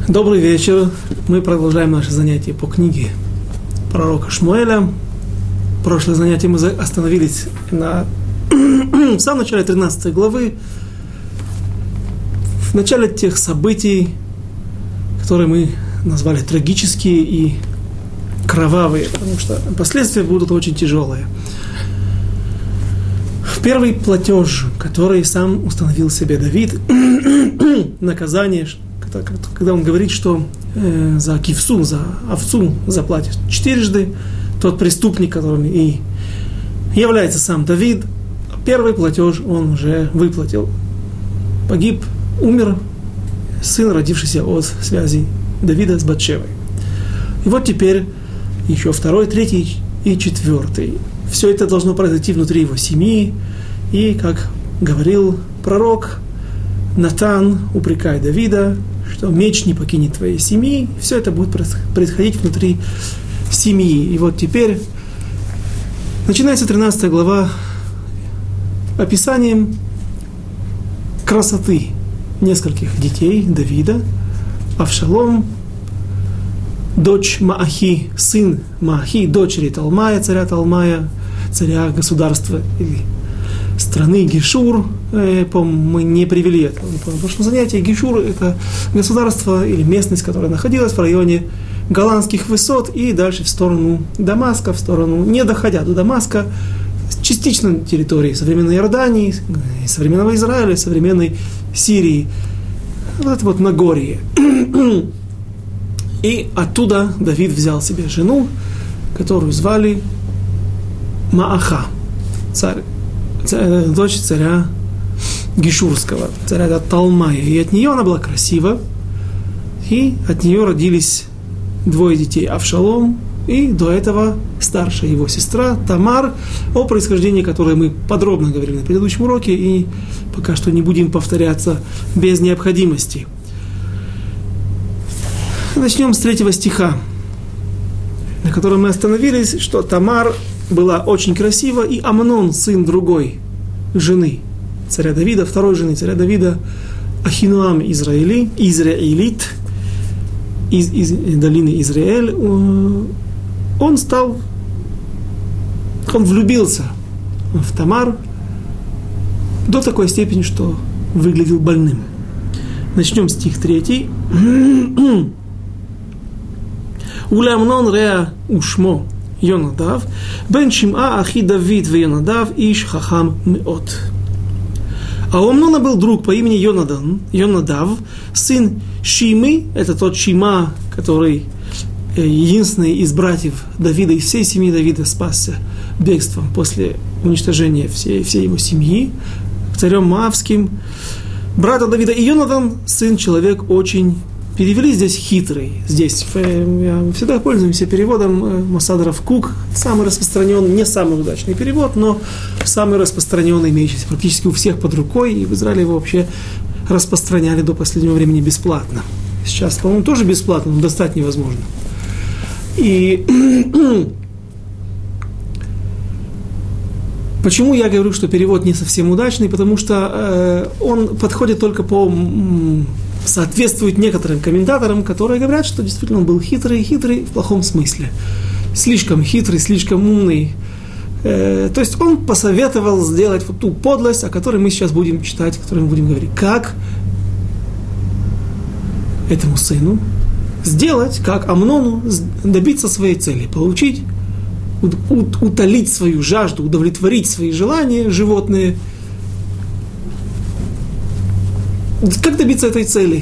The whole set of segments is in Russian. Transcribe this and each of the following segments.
Добрый вечер. Мы продолжаем наше занятие по книге пророка Шмуэля. Прошлое занятие мы остановились в самом начале 13 главы, в начале тех событий, которые мы назвали трагические и кровавые, потому что последствия будут очень тяжелые. Первый платеж, который сам установил себе Давид, наказание, когда он говорит, что за кивсу, за овцу заплатит четырежды, тот преступник, которым и является сам Давид, первый платеж он уже выплатил. Погиб, умер сын, родившийся от связи Давида с Батшевой. И вот теперь еще второй, третий и четвертый. Все это должно произойти внутри его семьи. И, как говорил пророк, Натан упрекает Давида, что меч не покинет твоей семьи. Все это будет происходить внутри семьи. И вот теперь начинается 13 глава описанием красоты нескольких детей Давида. Авшалом, дочь Маахи, сын Маахи, дочери Талмая, царя Талмая, царя государства или страны Гешур. Мы не привели это в прошлом занятии. Гешур – это государство или местность, которая находилась в районе Голландских высот и дальше в сторону Дамаска, в сторону, не доходя до Дамаска, частично территории современной Иордании, современного Израиля, современной Сирии. Вот это вот Нагорье. И оттуда Давид взял себе жену, которую звали Мааха, дочь царя Гешурского, царя Талмая. И от нее она была красива, и от нее родились двое детей: Авшалом и до этого старшая его сестра Тамар, о происхождении которой мы подробно говорили на предыдущем уроке, и пока что не будем повторяться без необходимости. Начнем с 3 стиха, на котором мы остановились, что Тамар была очень красива, и Амнон, сын другой жены царя Давида, второй жены царя Давида, Ахинуам израилит, из долины Израиль, он влюбился в Тамар до такой степени, что выглядел больным. Начнем стих 3. Улямнон реа ушмо Йонадав, бен Шим'a ахи Давид ве Йонадав, иш хахам меот. А у Амнона был друг по имени Йонадав, сын Шимы, это тот Шима, который единственный из братьев Давида, из всей семьи Давида спасся бегством после уничтожения всей его семьи, царем Моавским, брата Давида. И Йонатан, сын, человек очень, перевели здесь хитрый. Здесь мы всегда пользуемся переводом Мосад Рав Кук, самый распространенный, не самый удачный перевод, но самый распространенный, имеющийся практически у всех под рукой, и в Израиле его вообще распространяли до последнего времени бесплатно. Сейчас, по-моему, тоже бесплатно, но достать невозможно. И почему я говорю, что перевод не совсем удачный? Потому что он подходит только соответствует некоторым комментаторам, которые говорят, что действительно он был хитрый в плохом смысле. Слишком хитрый, слишком умный. То есть он посоветовал сделать вот ту подлость, о которой мы сейчас будем читать, о которой мы будем говорить. Как этому сыну сделать, как Амнону добиться своей цели, получить, утолить свою жажду, удовлетворить свои желания животные. Как добиться этой цели?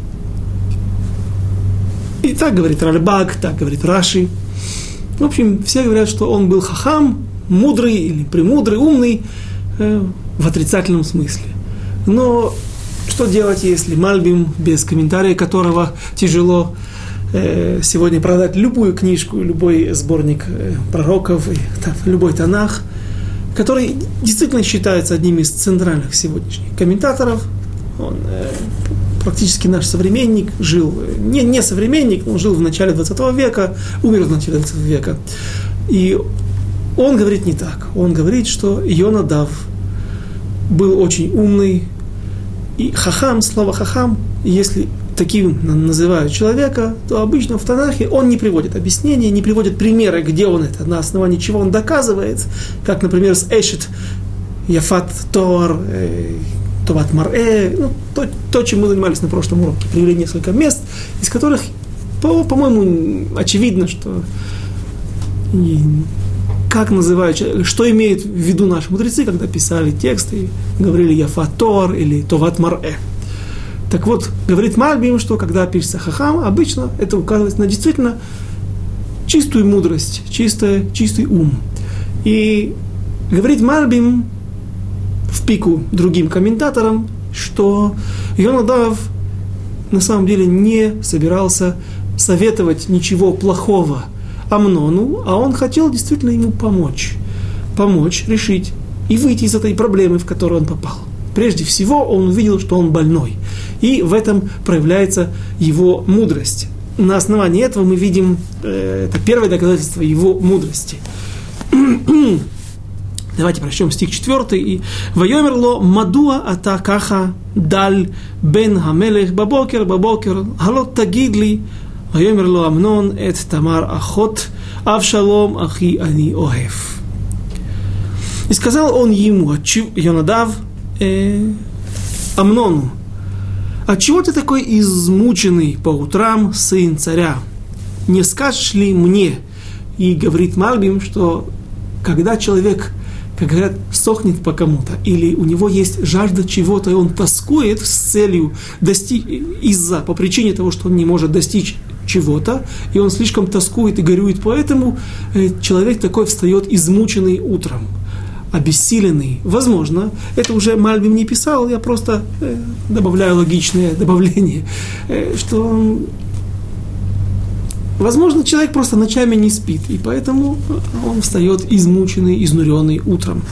И так говорит Ральбаг, так говорит Раши. В общем, все говорят, что он был хахам, мудрый или премудрый, умный, в отрицательном смысле. Но что делать, если Мальбим, без комментария которого тяжело сегодня продать любую книжку, любой сборник пророков, любой Танах, который действительно считается одним из центральных сегодняшних комментаторов. Он практически наш современник, жил, не современник, но жил в начале 20 века, умер в начале 20 века. И он говорит не так. Он говорит, что Йонадав был очень умный, и хахам, слово хахам если таким называют человека, то обычно в Танахе он не приводит объяснения, не приводит примеры, где он это, на основании чего он доказывает, как, например, с Эшет, Яфат Тор, Товат Мар'э, то, чем мы занимались на прошлом уроке. Привели несколько мест, из которых, по-моему, очевидно, что как называют, что имеют в виду наши мудрецы, когда писали тексты, говорили Яфат Тор или Товат Мар'э. Так вот, говорит Мальбим, что когда пишется хахам, обычно это указывает на действительно чистую мудрость, чистый ум. И говорит Мальбим в пику другим комментаторам, что Йонадав на самом деле не собирался советовать ничего плохого Амнону, а он хотел действительно ему помочь решить и выйти из этой проблемы, в которую он попал. Прежде всего, он увидел, что он больной. И в этом проявляется его мудрость. На основании этого мы видим, это первое доказательство его мудрости. Давайте прочтем стих 4. «Вайомерло мадуа ата каха даль бен хамелех бабокер халот тагидли вайомерло Амнон эт тамар ахот Авшалом ахи ани охев». И сказал он ему, Йонадав, Амнону: «Отчего ты такой измученный по утрам, сын царя? Не скажешь ли мне?» И говорит Мальбим, что когда человек, как говорят, сохнет по кому-то, или у него есть жажда чего-то, и он тоскует с целью достичь, по причине того, что он не может достичь чего-то, и он слишком тоскует и горюет, поэтому человек такой встает измученный утром, обессиленный. Возможно, это уже Мальбим не писал, я просто добавляю логичное добавление, что возможно, человек просто ночами не спит, и поэтому он встает измученный, изнуренный утром.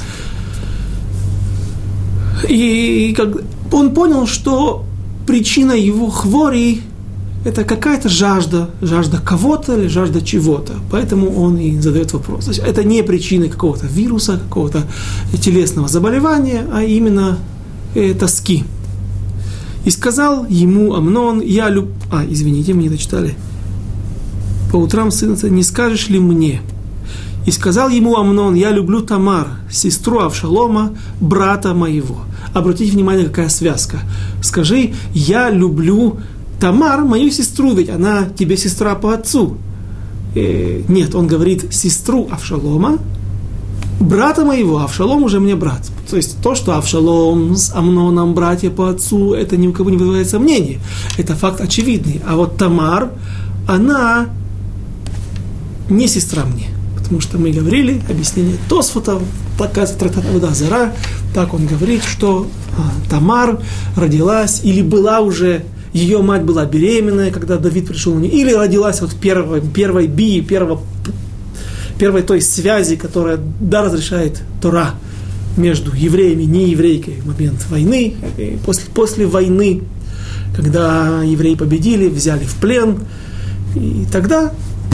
И он понял, что причина его хвори – это какая-то жажда кого-то или жажда чего-то. Поэтому он и задает вопрос. То есть это не причина какого-то вируса, какого-то телесного заболевания, а именно тоски. И сказал ему Амнон: извините, мы не дочитали. По утрам, сын, не скажешь ли мне? И сказал ему Амнон: я люблю Тамар, сестру Авшалома, брата моего. Обратите внимание, какая связка. Скажи: я люблю Тамар, мою сестру, ведь она тебе сестра по отцу. Нет, он говорит сестру Авшалома, брата моего. Авшалом уже мне брат. То есть то, что Авшалом с Амноном братья по отцу, это ни у кого не вызывает сомнений. Это факт очевидный. А вот Тамар, она не сестра мне. Потому что мы говорили, объяснение Тосфота, трактат Авода Зара, так он говорит, что Тамар родилась или была уже, ее мать была беременная, когда Давид пришел на нее, или родилась от первой бии, первой той связи, которая разрешает Тора между евреями и нееврейкой в момент войны, и после войны, когда евреи победили, взяли в плен, и тогда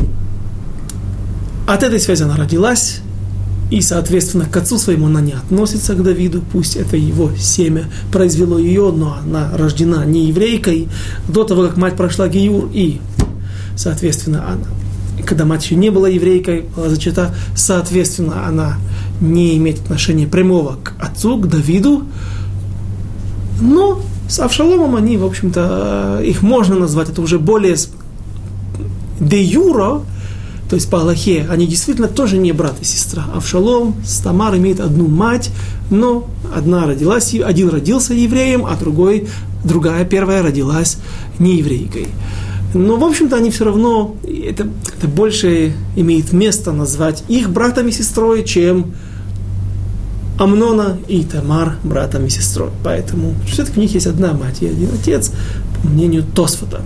от этой связи она родилась, и, соответственно, к отцу своему она не относится, к Давиду, пусть это его семя произвело ее, но она рождена не еврейкой, до того, как мать прошла гиюр, и, соответственно, когда мать еще не была еврейкой, была зачата, соответственно, она не имеет отношения прямого к отцу, к Давиду, но с Авшаломом они, в общем-то, их можно назвать, это уже более де юро, то есть по Аллахе, они действительно тоже не брат и сестра. Авшалом с Тамар имеет одну мать, но один родился евреем, а первая родилась нееврейкой. Но, в общем-то, они все равно, это больше имеет место назвать их братом и сестрой, чем Амнона и Тамар братом и сестрой. Поэтому все-таки у них есть одна мать и один отец, по мнению Тосфота.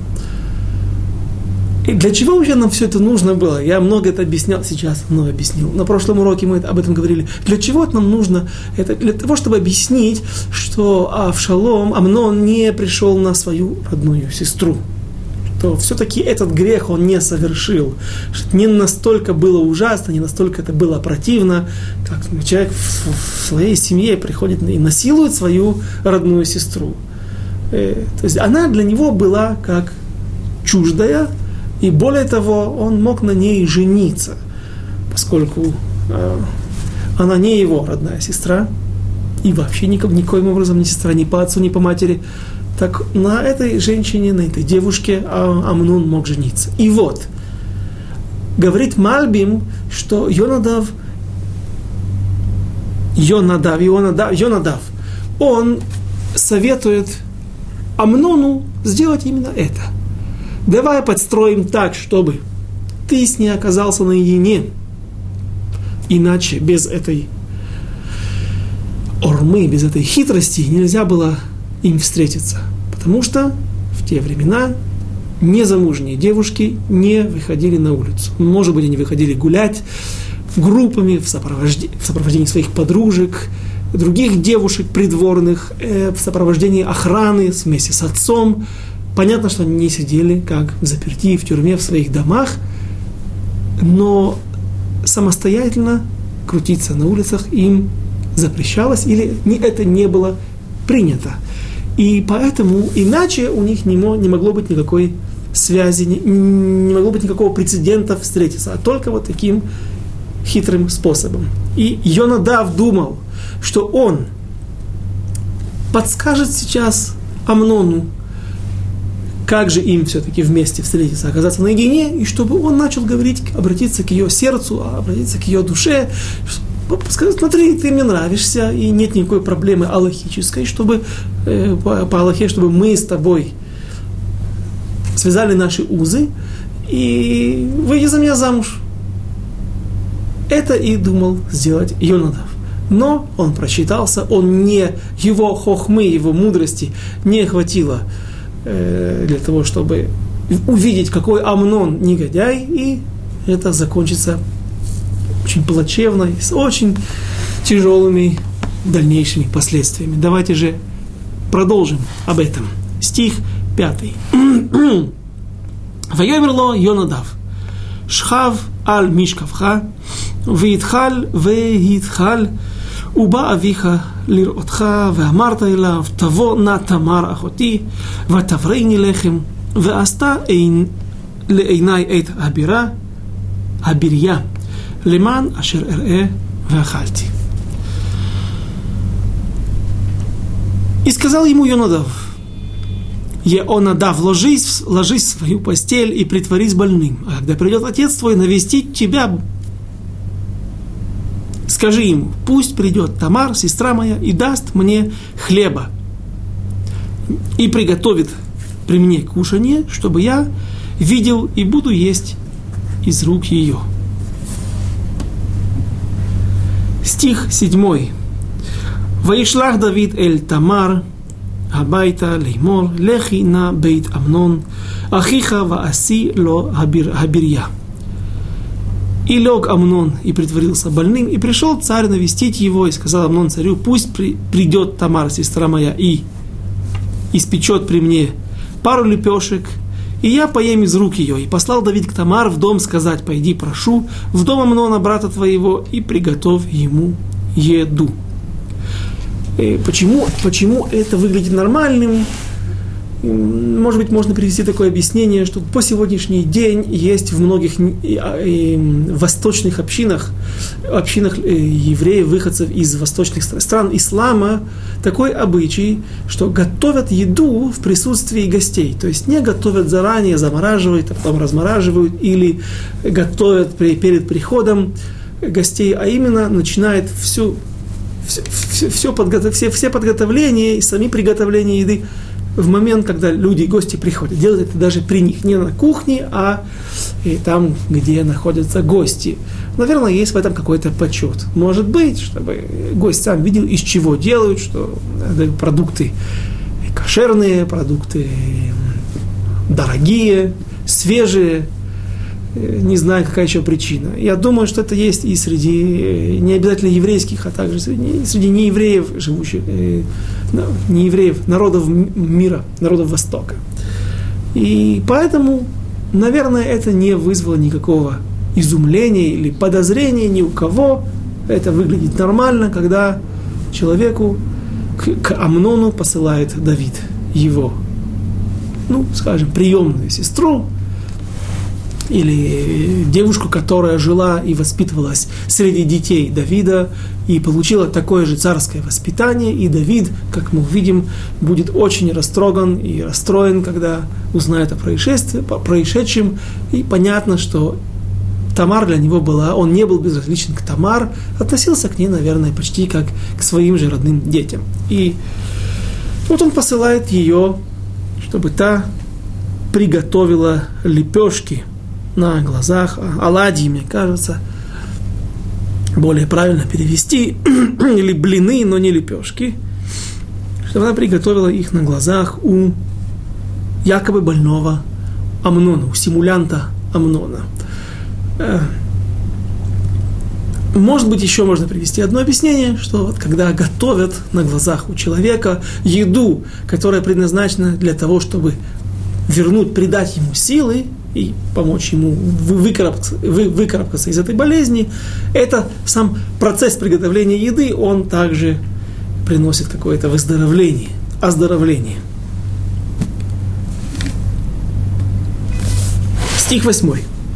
И для чего вообще нам все это нужно было? Я много это объяснял, сейчас много объяснил. На прошлом уроке мы об этом говорили. Для чего это нам нужно? Это для того, чтобы объяснить, что Авшалом, Амнон не пришел на свою родную сестру. Что все-таки этот грех он не совершил. Что не настолько было ужасно, не настолько это было противно, как человек в своей семье приходит и насилует свою родную сестру. То есть она для него была как чуждая, и более того, он мог на ней жениться, поскольку она не его родная сестра, и вообще никоим образом не сестра ни по отцу, ни по матери. Так на этой женщине, на этой девушке Амнон мог жениться. И вот, говорит Мальбим, что Йонадав, он советует Амнону сделать именно это. Давай подстроим так, чтобы ты с ней оказался наедине. Иначе без этой ормы, без этой хитрости нельзя было им встретиться. Потому что в те времена незамужние девушки не выходили на улицу. Может быть, они выходили гулять группами в сопровождении своих подружек, других девушек придворных, в сопровождении охраны вместе с отцом. Понятно, что они не сидели как заперти в тюрьме в своих домах, но самостоятельно крутиться на улицах им запрещалось, или это не было принято. И поэтому иначе у них не могло быть никакой связи, не могло быть никакого прецедента встретиться, а только вот таким хитрым способом. И Йонадав думал, что он подскажет сейчас Амнону, как же им все-таки вместе встретиться, оказаться наедине, и чтобы он начал говорить, обратиться к ее сердцу, обратиться к ее душе, сказать: смотри, ты мне нравишься, и нет никакой проблемы аллахической, чтобы по Аллахе, чтобы мы с тобой связали наши узы, и выйди за меня замуж. Это и думал сделать Йонадав. Но он просчитался, его хохмы, его мудрости не хватило для того, чтобы увидеть, какой Амнон негодяй, и это закончится очень плачевно, с очень тяжелыми дальнейшими последствиями. Давайте же продолжим об этом. Стих 5. Вайомерло Йонадав шхав аль мишкавха веитхал уба авиха לראותך ואמרת אליו תבוא נא תמר אחותי ותברני לחם ועשתה לעיני את הביריה למען אשר אראה ואכלתי. И сказал ему Йонадав: Йонадав, ложись в свою постель и притворись больным, а когда придет отец твой навестить тебя, скажи ему: пусть придет Тамар, сестра моя, и даст мне хлеба, и приготовит при мне кушанье, чтобы я видел и буду есть из рук ее. Стих 7. Ваишлах Давид эль Тамар הבייתה לאמור, לכי נא בית אמנון, אחיך ועשי לו הביריה. И лег Амнон и притворился больным, и пришел царь навестить его, и сказал Амнон царю: пусть придет Тамар, сестра моя, и испечет при мне пару лепешек, и я поем из рук ее. И послал Давид к Тамар в дом сказать: пойди, прошу, в дом Амнона, брата твоего, и приготовь ему еду. Почему это выглядит нормальным? Может быть, можно привести такое объяснение, что по сегодняшний день есть в многих восточных общинах евреев, выходцев из восточных стран ислама, такой обычай, что готовят еду в присутствии гостей. То есть не готовят заранее, замораживают, а потом размораживают, или готовят перед приходом гостей, а именно начинает все подготовления и сами приготовления еды в момент, когда люди, гости приходят. Делают это даже при них, не на кухне, а там, где находятся гости. Наверное, есть в этом какой-то почет. Может быть, чтобы гость сам видел, из чего делают, что продукты кошерные, продукты дорогие, свежие. Не знаю, какая еще причина. Я думаю, что это есть и среди не обязательно еврейских, а также среди неевреев, живущих, неевреев, народов мира, народов Востока. И поэтому, наверное, это не вызвало никакого изумления или подозрения ни у кого. Это выглядит нормально, когда человеку, к Амнону посылает Давид его, скажем, приемную сестру, или девушку, которая жила и воспитывалась среди детей Давида и получила такое же царское воспитание, и Давид, как мы увидим, будет очень растроган и расстроен, когда узнает о происшедшем, и понятно, что Тамар для него была, он не был безразличен к Тамар, относился к ней, наверное, почти как к своим же родным детям. И вот он посылает ее, чтобы та приготовила лепешки на глазах, оладьи, мне кажется, более правильно перевести, или блины, но не лепешки, чтобы она приготовила их на глазах у якобы больного Амнона, у симулянта Амнона. Может быть, еще можно привести одно объяснение, что вот когда готовят на глазах у человека еду, которая предназначена для того, чтобы придать ему силы и помочь ему выкарабкаться из этой болезни, это сам процесс приготовления еды, он также приносит какое-то оздоровление. Стих 8.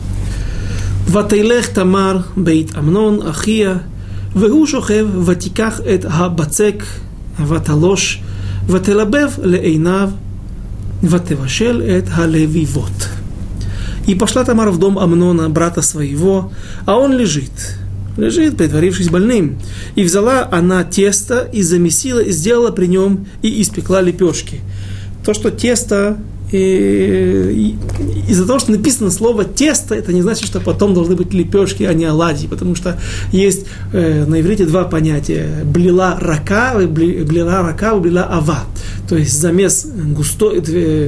ותלך תמר בית אמנון אחיה והוא שוכב ותיקח את הבצק ותלוש ותלבב לעיניו ותבשל את הלביבות. И пошла Тамар в дом Амнона, брата своего, а он лежит, притворившись больным. И взяла она тесто и замесила, и сделала при нем, и испекла лепешки. То, что тесто, из-за того, что написано слово «тесто», это не значит, что потом должны быть лепешки, а не оладьи, потому что есть на иврите два понятия: блила рака, блила ава. То есть замес густой,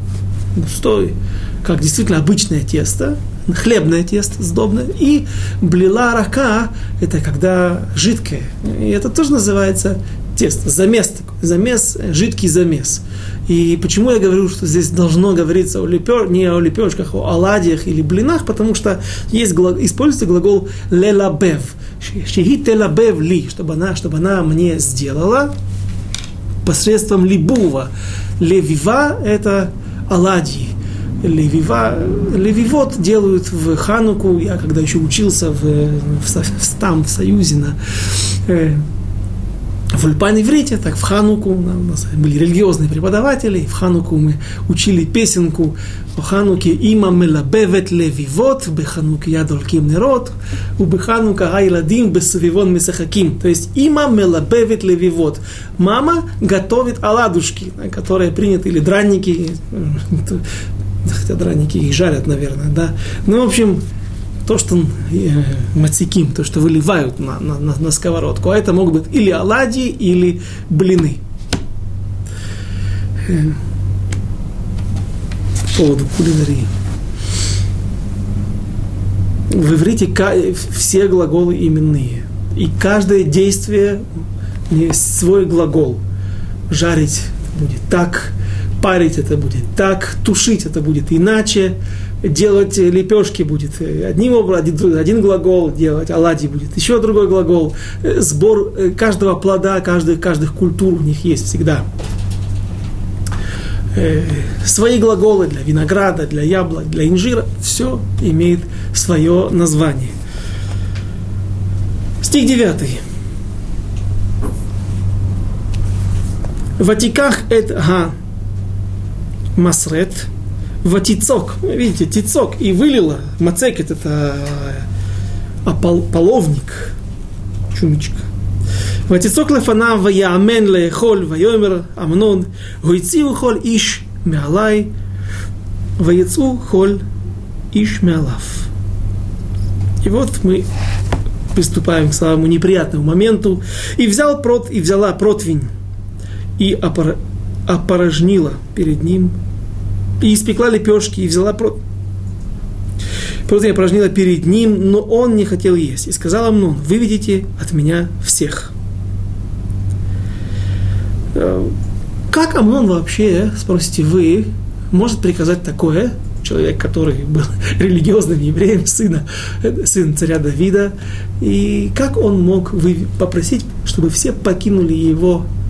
как действительно обычное тесто, хлебное тесто сдобное, и блила рака, это когда жидкое, и это тоже называется тесто, замес, жидкий замес. И почему я говорю, что здесь должно говориться не о лепешках, о оладьях или блинах, потому что используется глагол лелабев, шехи телабев ли, чтобы она мне сделала посредством либува. Левива – это оладьи. Левивот делают в Хануку. Я когда еще учился в Союзе в Ульпан-Иврите, так в Хануку, у нас были религиозные преподаватели, и в Хануку мы учили песенку о Хануке «Има мелабевет левивот, беханук ядолким нерот, у беханука айладим бесавивон месахаким». То есть «Има мелабевет левивот». Мама готовит оладушки, которые приняты, или драники, хотя драники их жарят, наверное, да. Ну, в общем, то, что мациким, то, что выливают на сковородку, а это могут быть или оладьи, или блины. По поводу кулинарии. В иврите все глаголы именные. И каждое действие есть свой глагол. Жарить будет так, парить это будет так, тушить это будет иначе, делать лепешки будет один глагол, делать оладьи будет еще другой глагол. Сбор каждого плода, каждых культур у них есть всегда свои глаголы для винограда, для яблок, для инжира. Все имеет свое название. Стих 9. Ватиках эт га масрет ватицок. Видите, тицок. И вылила. Мацекет — это половник. Чумичка. Ватицок лефана ваямен лехоль вайомер Амнон гойциу холь иш меалай ваяцу холь иш меалав. И вот мы приступаем к самому неприятному моменту. И взяла противень и опорожнила перед ним, и испекла лепешки, и взяла противень опорожнила перед ним, но он не хотел есть. И сказал Амнон: выведите от меня всех. Как Амнон вообще, спросите вы, может приказать такое? Человек, который был религиозным евреем, сын царя Давида. И как он мог попросить, чтобы все покинули его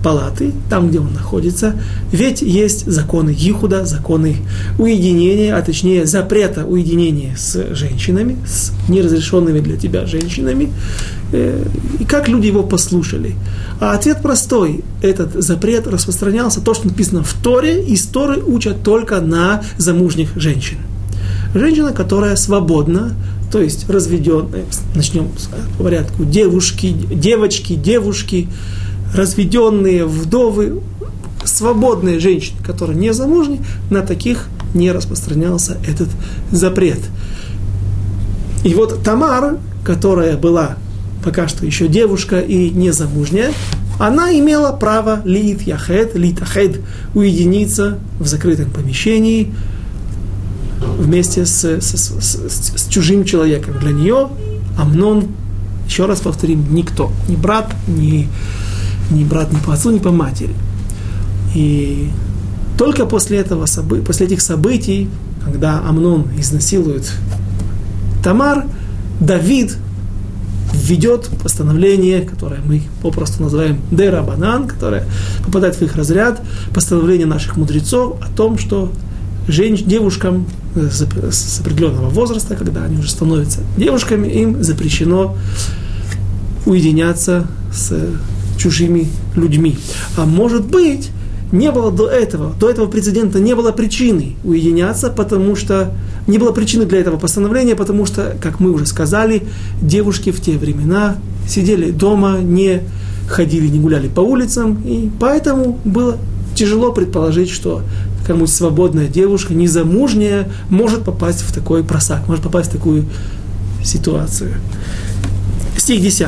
палаты, там, где он находится, ведь есть законы Ихуда, законы уединения, а точнее запрета уединения с женщинами, с неразрешенными для тебя женщинами, и как люди его послушали. А ответ простой. Этот запрет распространялся, то, что написано в Торе, из Торы учат только на замужних женщин. Женщина, которая свободна, то есть разведенная, начнем по порядку, девушки, разведенные, вдовы, свободные женщины, которые не замужни, на таких не распространялся этот запрет. И вот Тамар, которая была пока что еще девушка и незамужняя, она имела право литахед, уединиться в закрытом помещении вместе с чужим человеком. Для нее Амнон, еще раз повторим, никто, ни брат, ни по отцу, ни по матери. И только после этих событий, когда Амнон изнасилует Тамар, Давид введет постановление, которое мы попросту называем Дерабанан, которое попадает в их разряд, постановление наших мудрецов о том, что девушкам с определенного возраста, когда они уже становятся девушками, им запрещено уединяться с чужими людьми. А может быть, не было до этого прецедента не было причины уединяться, потому что не было причины для этого постановления, потому что, как мы уже сказали, девушки в те времена сидели дома, не ходили, не гуляли по улицам, и поэтому было тяжело предположить, что какая-нибудь свободная девушка, незамужняя, может попасть в такой просак, может попасть в такую ситуацию. Стих 10.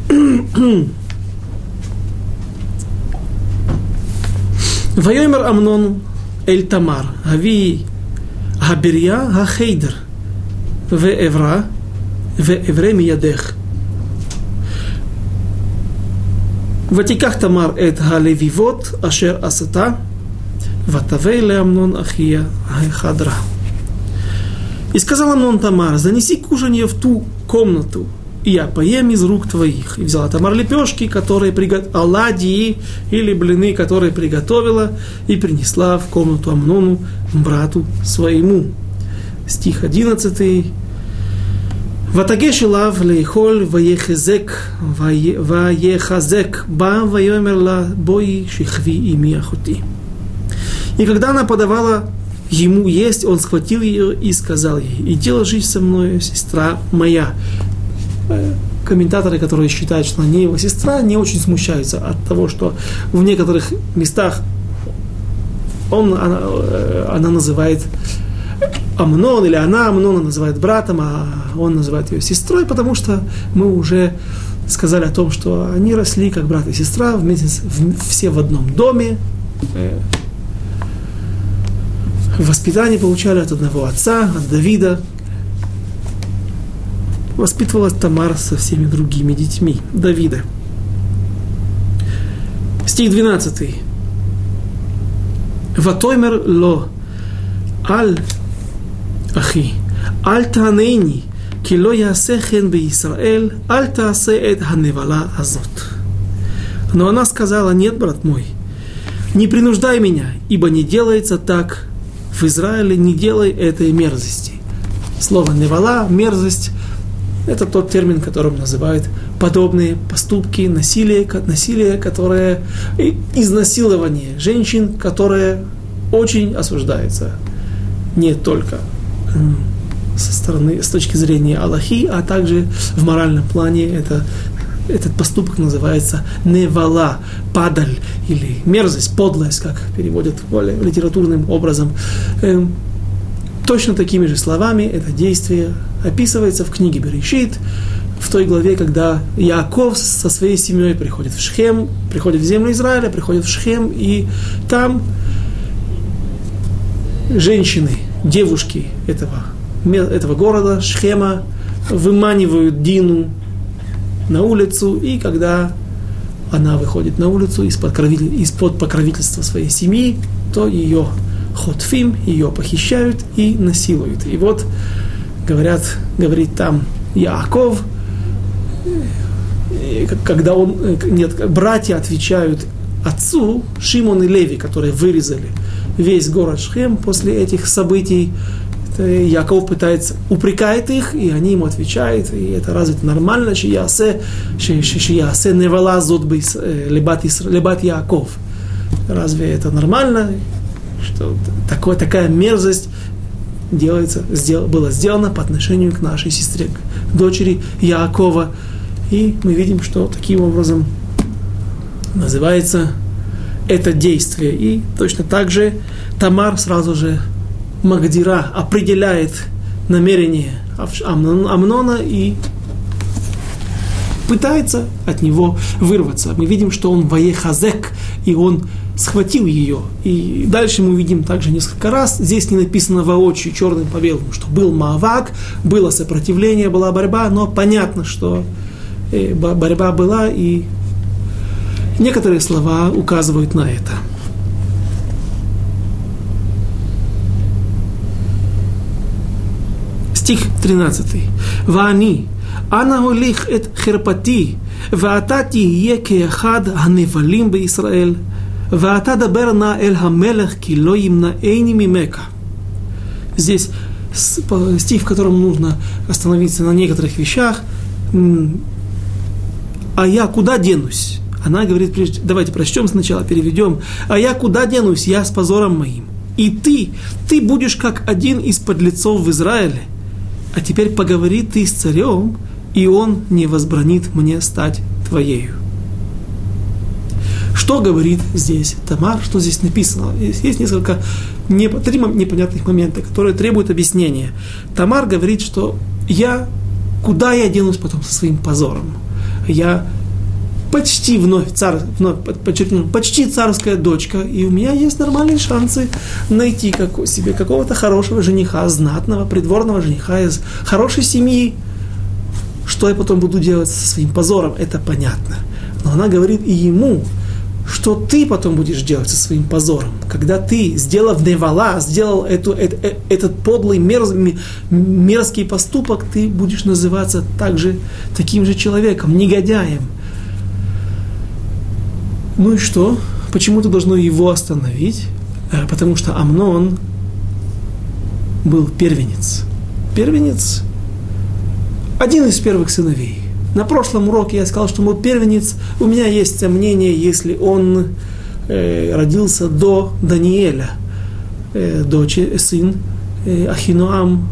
Вайомер Амнон эль Тамар, Ави Хабирья Хахейдер, Веевра, Веевре Миядех. Ватиках Тамар эт Галевивот, Ашер Асата, Ватавей ле Амнон Ахия Хадра. И сказал Амнон Тамар: занеси кушанье в ту комнату, и я поем из рук твоих. И взяла Тамар лепешки, оладьи или блины, которые приготовила, и принесла в комнату Амнону, брату своему. Стих 11. Ватагеш илав лейхоль ваехазек ба вайомер ла бои шихви ими ахути. И когда она подавала ему есть, он схватил ее и сказал ей: иди ложись со мной, сестра моя. Комментаторы, которые считают, что она не его сестра, не очень смущаются от того, что в некоторых местах она называет Амнон, или она Амнона называет братом, а он называет ее сестрой, потому что мы уже сказали о том, что они росли как брат и сестра, все в одном доме, воспитание получали от одного отца, от Давида. Воспитывалась Тамар со всеми другими детьми Давида. Стих 12. Ватоймер ло аль ахи аль таанейни ки ло яасе хен бе-Исраэль аль таасе эт ханевала азот. Но она сказала: нет, брат мой, не принуждай меня, ибо не делается так в Израиле, не делай этой мерзости. Слово невала, мерзость, это тот термин, которым называют подобные поступки, насилие, которое изнасилование женщин, которое очень осуждается не только с точки зрения Аллахи, а также в моральном плане. Этот поступок называется невала, падаль, или мерзость, подлость, как переводят более литературным образом. Точно такими же словами это действие описывается в книге Берешит, в той главе, когда Яаков со своей семьей приходит в Шхем, приходит в землю Израиля, приходит в Шхем, и там женщины, девушки этого города, Шхема, выманивают Дину на улицу, и когда она выходит на улицу из-под покровительства своей семьи, то ее хотфим, ее похищают и насилуют. И вот говорит там Яаков, когда братья отвечают отцу Шимон и Леви, которые вырезали весь город Шхем после этих событий. Яков пытается, упрекает их, и они ему отвечают, и это разве это нормально, шиясе невала зот лебат Яков. Разве это нормально, что такая мерзость была сделана по отношению к нашей сестре, к дочери Яакова. И мы видим, что таким образом называется это действие. И точно так же Тамар сразу же Магдира определяет намерение Амнона и пытается от него вырваться. Мы видим, что он ваехазек, и он схватил ее. И дальше мы видим также несколько раз, здесь не написано воочию, черным по белому, что был маавак, было сопротивление, была борьба, но понятно, что борьба была, и некоторые слова указывают на это. Стих 13. «Ваани, ана холих эт херпати, ואתה תהיה כאחד הנבלים בישראל, ואתה דבר נא אל המלך, כי לא ימנעני ממך». Здесь стих, в котором нужно остановиться на некоторых вещах. «А я куда денусь?» Она говорит, прежде, давайте прочтем сначала, переведем. «А я куда денусь? Я с позором моим. И ты будешь как один из подлецов в Израиле. А теперь поговори ты с царем, и он не возбранит мне стать твоею». Что говорит здесь Тамар, что здесь написано? Есть несколько три непонятных момента, которые требуют объяснения. Тамар говорит, что куда я денусь потом со своим позором? Я почти подчеркну, почти царская дочка, и у меня есть нормальные шансы найти себе какого-то хорошего жениха, знатного, придворного жениха из хорошей семьи. Что я потом буду делать со своим позором, это понятно. Но она говорит и ему, что ты потом будешь делать со своим позором, когда ты, сделав невала, сделал этот подлый, мерзкий поступок, ты будешь называться также таким же человеком, негодяем. Ну и что? Почему ты должно его остановить? Потому что Амнон был первенец. Первенец – один из первых сыновей. На прошлом уроке я сказал, что он был первенец. У меня есть сомнение, если он родился до Даниэля, сын Ахинуам,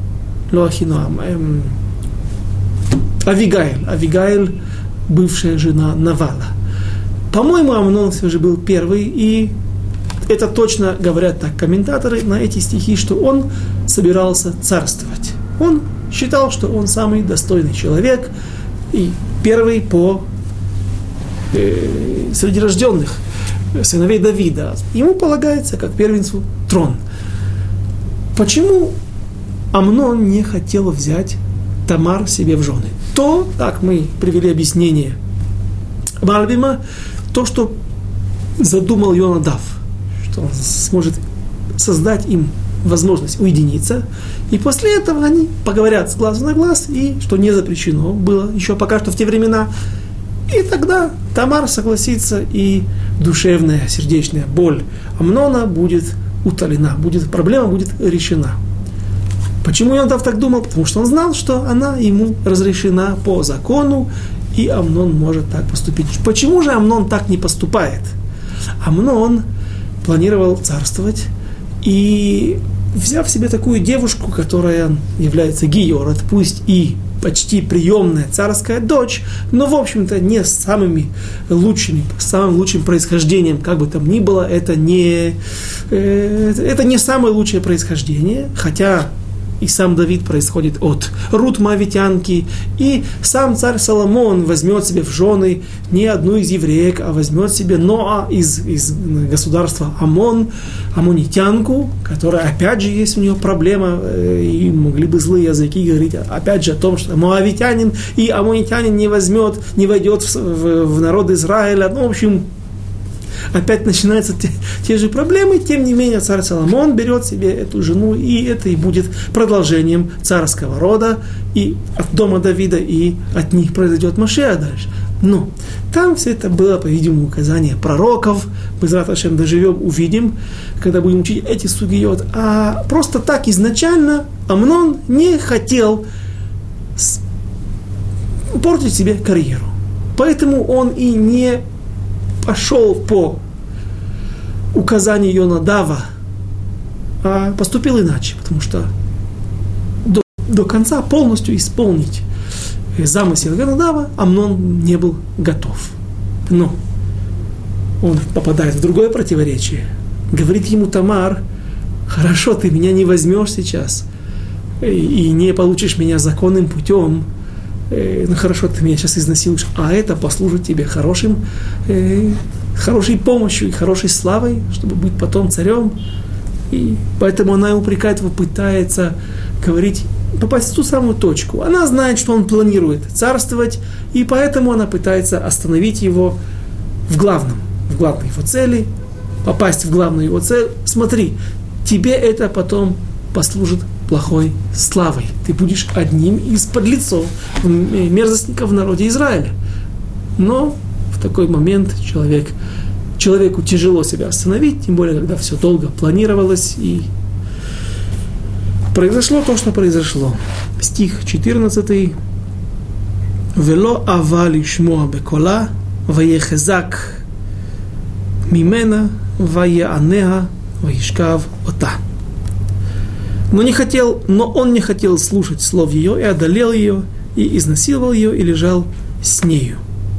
Авигаиль, бывшая жена Навала. По-моему, Амнон все же был первый, и это точно говорят так комментаторы на эти стихи, что он собирался царствовать. Он считал, что он самый достойный человек и первый среди рожденных сыновей Давида. Ему полагается, как первенцу, трон. Почему Амнон не хотел взять Тамар себе в жены? Так мы привели объяснение Мальбима, то, что задумал Йонадав, что он сможет создать им возможность уединиться, и после этого они поговорят с глазу на глаз, и что не запрещено было еще пока что в те времена. И тогда Тамар согласится, и душевная, сердечная боль Амнона будет утолена, проблема будет решена. Почему Йонадав так думал? Потому что он знал, что она ему разрешена по закону, и Амнон может так поступить. Почему же Амнон так не поступает? Амнон планировал царствовать, и взяв себе такую девушку, которая является гиорот, пусть и почти приемная царская дочь, но, в общем-то, не с самым лучшим происхождением, как бы там ни было, это не самое лучшее происхождение, хотя и сам Давид происходит от Рут Моавитянки, и сам царь Соломон возьмет себе в жены не одну из евреек, а возьмет себе Ноа из государства Амонитянку, которая, опять же, есть у нее проблема, и могли бы злые языки говорить, опять же, о том, что моавитянин и амонитянин не войдет в народ Израиля. Ну, в общем, опять начинаются те же проблемы, тем не менее царь Соломон берет себе эту жену, и это и будет продолжением царского рода, и от дома Давида, и от них произойдет Машиах дальше. Но там все это было, по-видимому, указание пророков, Безрат Ашем доживем, увидим, когда будем учить эти сугиот. А просто так изначально Амнон не хотел портить себе карьеру. Поэтому он и не пошел по указанию Йонадава, а поступил иначе, потому что до конца полностью исполнить замысел Йонадава Амнон не был готов. Но он попадает в другое противоречие. Говорит ему Тамар: хорошо, ты меня не возьмешь сейчас и не получишь меня законным путем. Ну хорошо, ты меня сейчас изнасилуешь, а это послужит тебе хорошей помощью и хорошей славой, чтобы быть потом царем. И поэтому она упрекает его, пытается говорить, попасть в ту самую точку. Она знает, что он планирует царствовать, и поэтому она пытается остановить его в главной его цели, попасть в главную его цель. Смотри, тебе это потом послужит плохой славой. Ты будешь одним из подлецов, мерзостников в народе Израиля. Но в такой момент человеку тяжело себя остановить, тем более, когда все долго планировалось, и произошло то, что произошло. Стих 14. «Вело ава лишмоа бекола, ваехезак мимена, ваеанеа, ваишкав ота». Но он не хотел слушать слов ее, и одолел ее, и изнасиловал ее, и лежал с нею.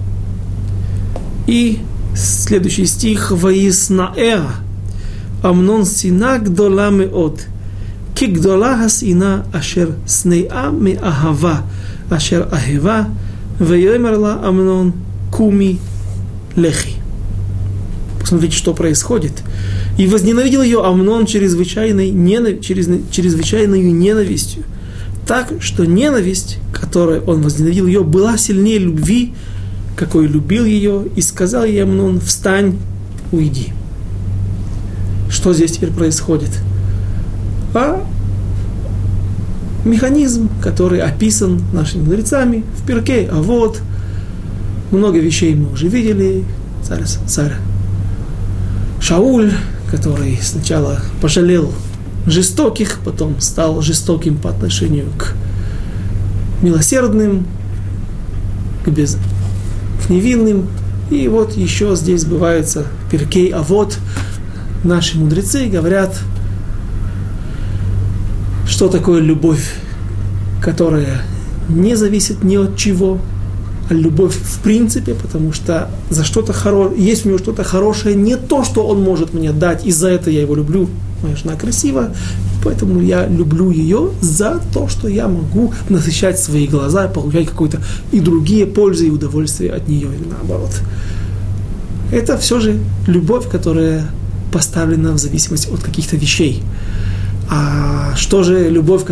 И следующий стих: «Ваиснаэа Амнон сина гдола меот, ки гдола хасина ашер снеа меахава, ашер ахева, ваемерла Амнон куми лехи». Посмотрите, что происходит. «И возненавидел ее Амнон чрезвычайной ненавистью, так, что ненависть, которой он возненавидел ее, была сильнее любви, какой любил ее, и сказал ей Амнон: встань, уйди». Что здесь теперь происходит? Механизм, который описан нашими мудрецами в Пиркей Авот. Много вещей мы уже видели. Царь Шауль, который сначала пожалел жестоких, потом стал жестоким по отношению к милосердным, к невинным. И вот еще здесь сбывается Пиркей Авот. Наши мудрецы говорят, что такое любовь, которая не зависит ни от чего, а любовь в принципе, потому что за что-то есть у него что-то хорошее, не то, что он может мне дать, и за это я его люблю. Моя жена красива, поэтому я люблю ее за то, что я могу насыщать свои глаза, получать какие-то и другие пользы и удовольствия от нее, или наоборот. Это все же любовь, которая поставлена в зависимости от каких-то вещей. А что же любовь,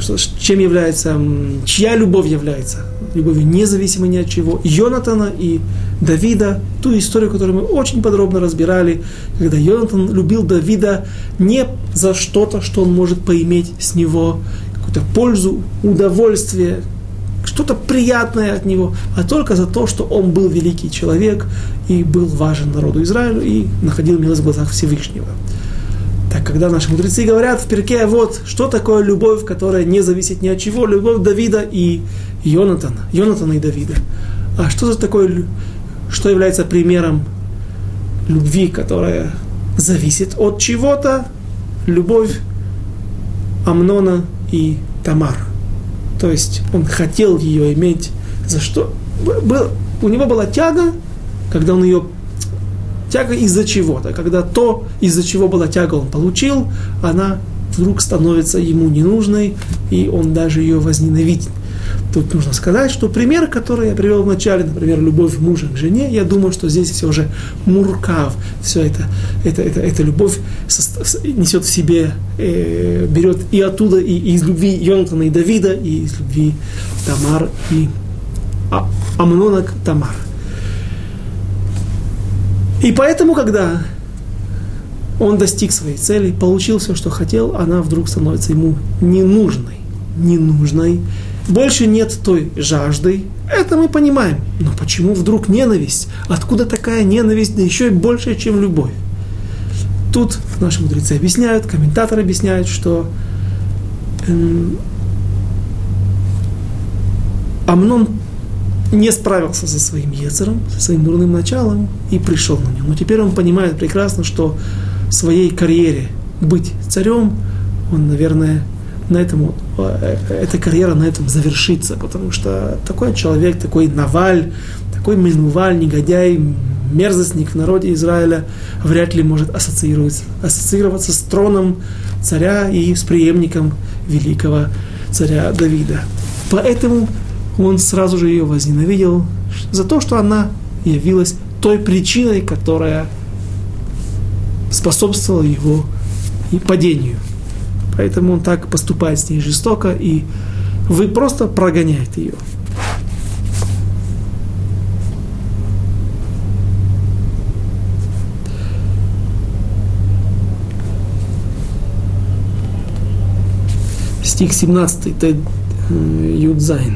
чья любовь является? Любовью независимо ни от чего. Йонатана и Давида, ту историю, которую мы очень подробно разбирали, когда Йонатан любил Давида не за что-то, что он может поиметь с него, какую-то пользу, удовольствие, что-то приятное от него, а только за то, что он был великий человек и был важен народу Израилю и находил милость в глазах Всевышнего. Так, когда наши мудрецы говорят в Пиркей Авот, что такое любовь, которая не зависит ни от чего, любовь Давида и Йонатана и Давида. А что за такое, что является примером любви, которая зависит от чего-то? Любовь Амнона и Тамар. То есть он хотел ее иметь, за что? У него была тяга, когда он ее... Тяга из-за чего-то. Когда то, из-за чего была тяга, он получил, она вдруг становится ему ненужной, и он даже ее возненавидит. Тут нужно сказать, что пример, который я привел в начале, например, любовь мужа к жене, я думаю, что здесь все же муркав, все это любовь несет в себе, берет и оттуда, и из любви Йонатана и Давида, и из любви Тамар и Амнона к Тамар. И поэтому, когда он достиг своей цели, получил все, что хотел, она вдруг становится ему ненужной. больше нет той жажды, это мы понимаем. Но почему вдруг ненависть? Откуда такая ненависть, да еще и большая, чем любовь? Тут наши мудрецы объясняют, комментаторы объясняют, что Амнон не справился со своим ецером, со своим дурным началом и пришел на него. Но теперь он понимает прекрасно, что в своей карьере быть царем, он, наверное, на этом, эта карьера на этом завершится, потому что такой человек, такой Наваль, такой Менуваль, негодяй, мерзостник в народе Израиля вряд ли может ассоциироваться с троном царя и с преемником великого царя Давида. Поэтому он сразу же ее возненавидел за то, что она явилась той причиной, которая способствовала его падению. Поэтому он так поступает с ней жестоко, и вы просто прогоняете ее. Стих 17, Тед Юдзайн.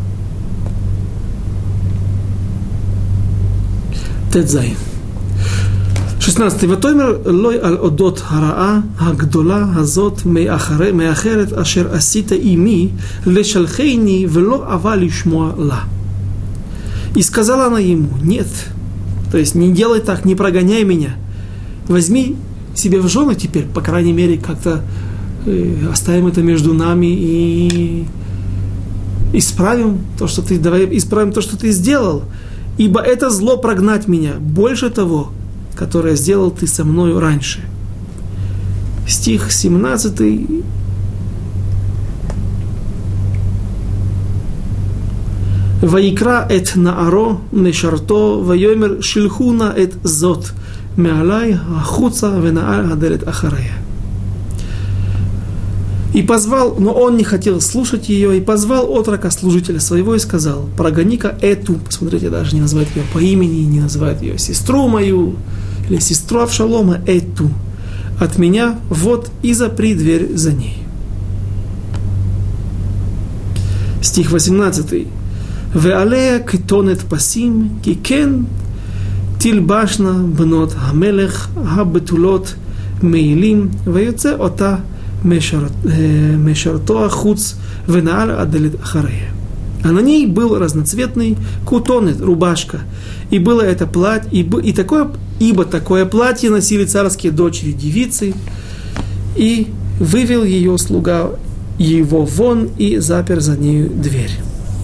Тедзайн. 16. Ватоймер лой аль одот хараа хагдола hazot меахерет ашер асита ими лешалхейни вело ава лишмоа ла. И сказала она ему: нет, то есть не делай так, не прогоняй меня, возьми себе в жены теперь, по крайней мере, как-то оставим это между нами и исправим то, что ты, давай исправим то, что ты сделал, ибо это зло прогнать меня больше того, которое сделал ты со мною раньше. Стих 17. Ваикра эт нааро мешарто вайомер шильхуна эт зот меалай ахуца венааль аделет ахарея. И позвал, но он не хотел слушать ее, и позвал отрока, служителя своего, и сказал: прогони-ка эту, посмотрите, даже не называет ее по имени, не называет ее сестру мою, или сестру Авшалома, эту, от меня, вот, и запри дверь за ней. Стих 18. Веалея китонет пасим, кикен тильбашна бнот хамелех, хабетулот меилим, веюце ота мешарто ахуц венааль аделит ахарея. А на ней был разноцветный кутонет, рубашка, и было это платье, ибо такое платье носили царские дочери девицы, и вывел ее слуга его вон и запер за нею дверь.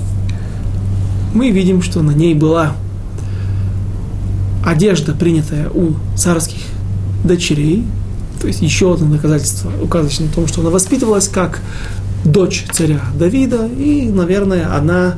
Мы видим, что на ней была одежда, принятая у царских дочерей. То есть еще одно доказательство, указывающее на том, что она воспитывалась как дочь царя Давида, и, наверное, она...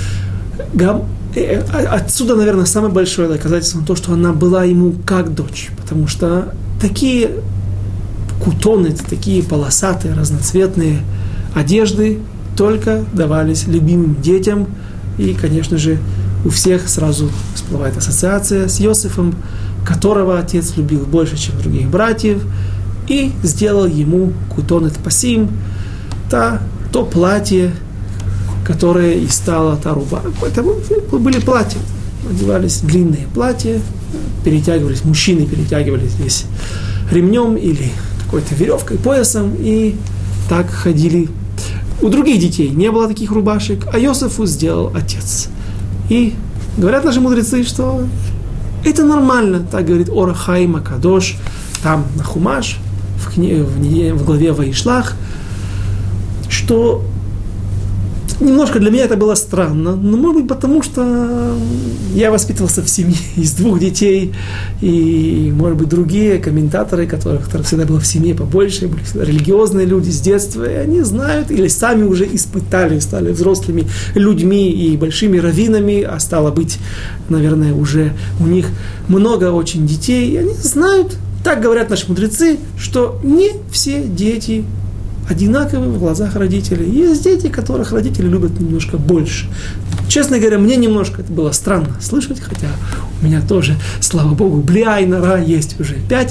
Отсюда, наверное, самое большое доказательство то, что она была ему как дочь, потому что такие кутоны, такие полосатые, разноцветные одежды только давались любимым детям, и, конечно же, у всех сразу всплывает ассоциация с Йосефом, которого отец любил больше, чем других братьев, и сделал ему кутонет пасим, то платье, которое и стало та рубашка. Это были платья, одевались длинные платья, перетягивались, мужчины перетягивались здесь ремнем или какой-то веревкой, поясом, и так ходили. У других детей не было таких рубашек, а Йосефу сделал отец. И говорят наши мудрецы, что это нормально, так говорит Ор ха-Хаим ха-Кадош, там на Хумаш, в главе Ваишлах, что немножко для меня это было странно, но, может быть, потому что я воспитывался в семье из двух детей, и, может быть, другие комментаторы, которых всегда было в семье побольше, были всегда религиозные люди с детства, и они знают, или сами уже испытали, стали взрослыми людьми и большими раввинами, а стало быть, наверное, уже у них много очень детей, и они знают, так говорят наши мудрецы, что не все дети одинаковы в глазах родителей. Есть дети, которых родители любят немножко больше. Честно говоря, мне немножко это было странно слышать, хотя у меня тоже, слава Богу, Блиайнара есть уже 5.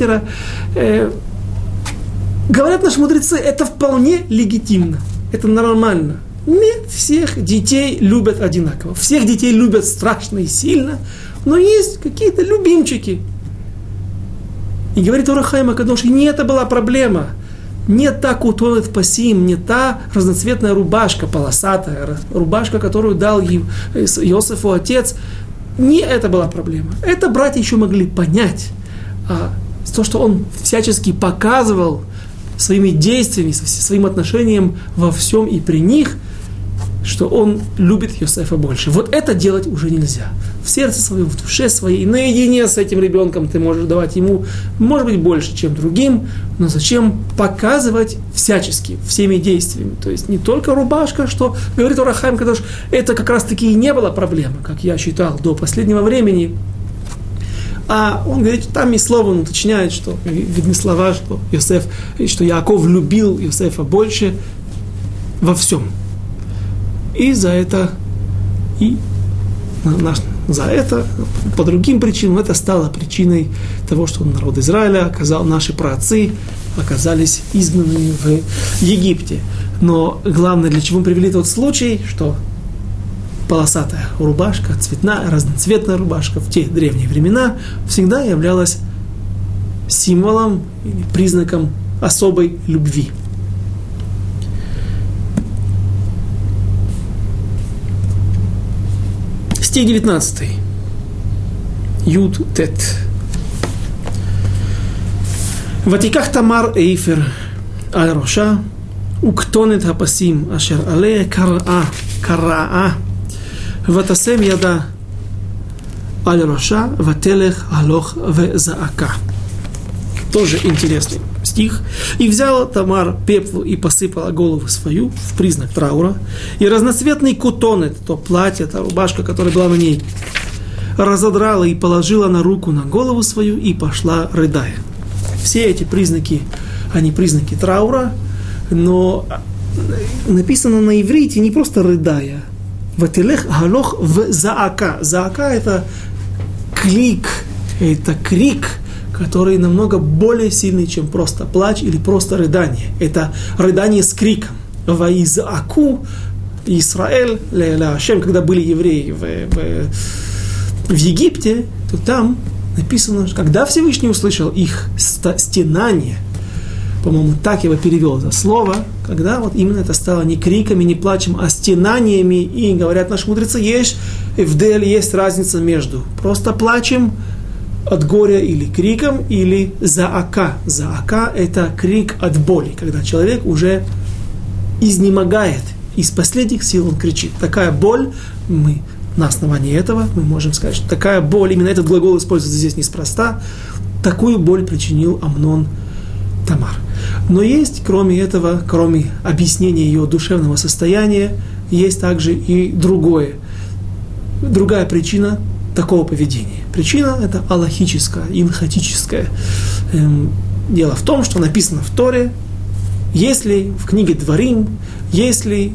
Говорят наши мудрецы, это вполне легитимно, это нормально. Не всех детей любят одинаково. Всех детей любят страшно и сильно, но есть какие-то любимчики. И говорит Ор ха-Хаим ха-Кадош, и не это была проблема. Не та кутонет пасим, не та разноцветная рубашка, полосатая рубашка, которую дал Иосифу отец. Не это была проблема. Это братья еще могли понять. А то, что он всячески показывал своими действиями, своим отношением во всем и при них, что он любит Йосефа больше. Вот это делать уже нельзя. В сердце своем, в душе своей, наедине с этим ребенком ты можешь давать ему, может быть, больше, чем другим, но зачем показывать всячески, всеми действиями? То есть не только рубашка, что, говорит Ор ха-Хаим ха-Кадош, это как раз-таки и не было проблемы, как я считал, до последнего времени. А он говорит, там и слово он уточняет, что видны слова, что Яаков любил Йосефа больше во всем. И за это, по другим причинам, это стало причиной того, что народ Израиля, наши праотцы оказались изгнанными в Египте. Но главное, для чего мы привели тот случай, что полосатая рубашка, цветная, разноцветная рубашка в те древние времена всегда являлась символом или признаком особой любви. Стих 19. Юд Тет. Ватиках Тамар Эйфер аль Роша уктонет хапасим ашер алея караа ватасем яда аль Роша вателех алох везаака. Тоже интересный стих. И взяла Тамар пеплу и посыпала голову свою в признак траура. И разноцветный кутонет, то платье, та рубашка, которая была на ней, разодрала и положила на руку на голову свою и пошла, рыдая. Все эти признаки, они признаки траура, но написано на иврите не просто рыдая. Вателех галох в заака. Заака — это клик, это крик, который намного более сильный, чем просто плач или просто рыдание. Это рыдание с криком. Ваизааку Исраэль ля Ашем, когда были евреи в Египте, то там написано, что когда Всевышний услышал их стенание, по-моему, так его перевел это слово, когда вот именно это стало не криками, не плачем, а стенаниями, и говорят наши мудрецы, есть разница между просто плачем от горя или криком, или заака. Заака — это крик от боли, когда человек уже изнемогает, из последних сил он кричит. Такая боль, на основании этого мы можем сказать, что такая боль, именно этот глагол используется здесь неспроста, такую боль причинил Амнон Тамар. Но есть, кроме этого, кроме объяснения ее душевного состояния, есть также и другая причина такого поведения. Причина это алахическая, илхатическая. Дело в том, что написано в Торе, если в книге Дворим, если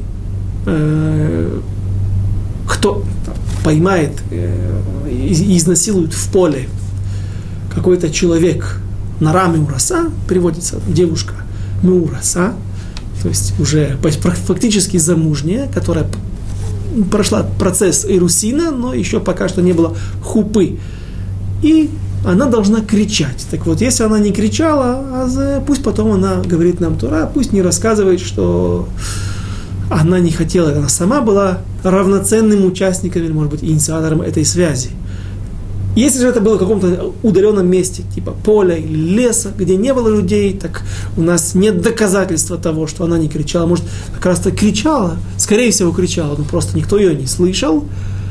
кто поймает и изнасилует в поле какой-то человек нара меураса, переводится девушка меураса, то есть уже фактически замужняя, которая прошла процесс ирусина, но еще пока что не было хупы. И она должна кричать. Так вот, если она не кричала, пусть потом она говорит нам Тора, пусть не рассказывает, что она не хотела, она сама была равноценным участником, или, может быть, инициатором этой связи. Если же это было в каком-то удаленном месте, типа поля или леса, где не было людей, так у нас нет доказательства того, что она не кричала. Может, как раз-то кричала, скорее всего, кричала, но просто никто ее не слышал.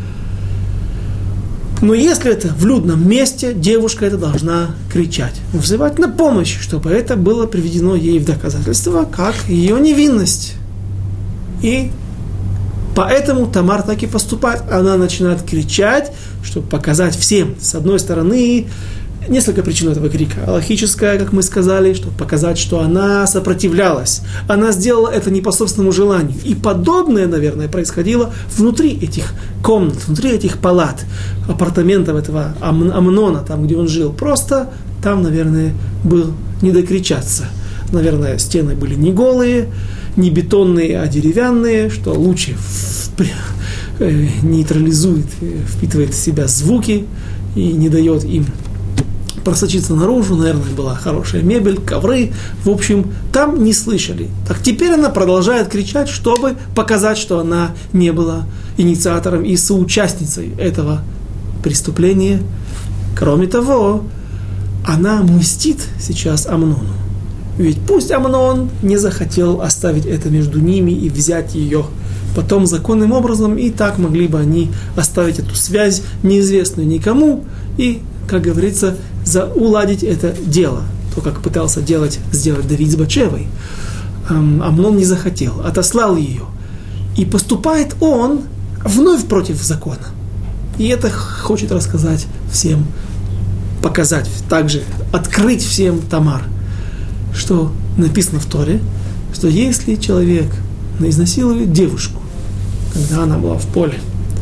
Но если это в людном месте, девушка это должна кричать, взывать на помощь, чтобы это было приведено ей в доказательство, как ее невинность. И поэтому Тамар так и поступает. Она начинает кричать, чтобы показать всем, с одной стороны, несколько причин этого крика. Алахическая, как мы сказали, чтобы показать, что она сопротивлялась. Она сделала это не по собственному желанию. И подобное, наверное, происходило внутри этих комнат, внутри этих палат, апартаментов этого Амнона, там, где он жил. Просто там, наверное, был не докричаться. наверное, стены были не голые, не бетонные, а деревянные, что лучше нейтрализует, впитывает в себя звуки и не дает им просочиться наружу. Наверное, была хорошая мебель, ковры. В общем, там не слышали. Так теперь она продолжает кричать, чтобы показать, что она не была инициатором и соучастницей этого преступления. Кроме того, она мстит сейчас Амнону. Ведь пусть Амнон не захотел оставить это между ними и взять ее потом законным образом, и так могли бы они оставить эту связь, неизвестную никому, и, как говорится, уладить это дело. То, как пытался сделать Давид с Батшевой. Амнон не захотел, отослал ее. И поступает он вновь против закона. И это хочет рассказать всем, показать, также открыть всем Тамар, что написано в Торе, что если человек изнасилует девушку, когда она была в поле,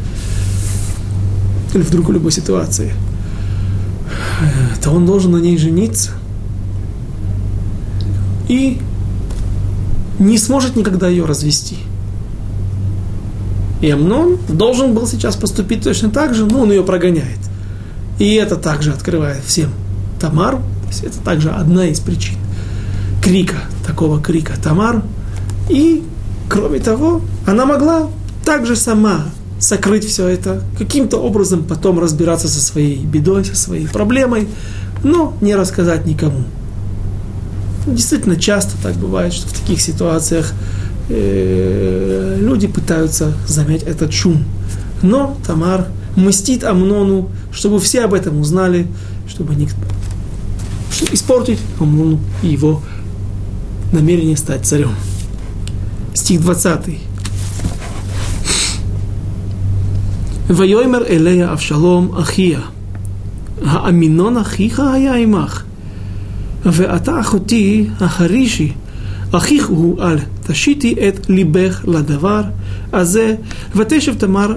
или в другой любой ситуации, то он должен на ней жениться и не сможет никогда ее развести. И Амнон должен был сейчас поступить точно так же, но он ее прогоняет. И это также открывает всем Тамар, то есть это также одна из причин такого крика Тамар. И, кроме того, она могла также сама сокрыть все это, каким-то образом потом разбираться со своей бедой, со своей проблемой, но не рассказать никому. Действительно, часто так бывает, что в таких ситуациях люди пытаются замять этот шум. Но Тамар мстит Амнону, чтобы все об этом узнали, чтобы испортить Амнону и его намерение стать царем. Стих 20. ויאמר אליה אבשלום אחיה, האמינון אחיך היה עמך, ואתה אחותי החרישי, אחיך הוא אל תשיתי את ליבך לדבר הזה, ותשב תמר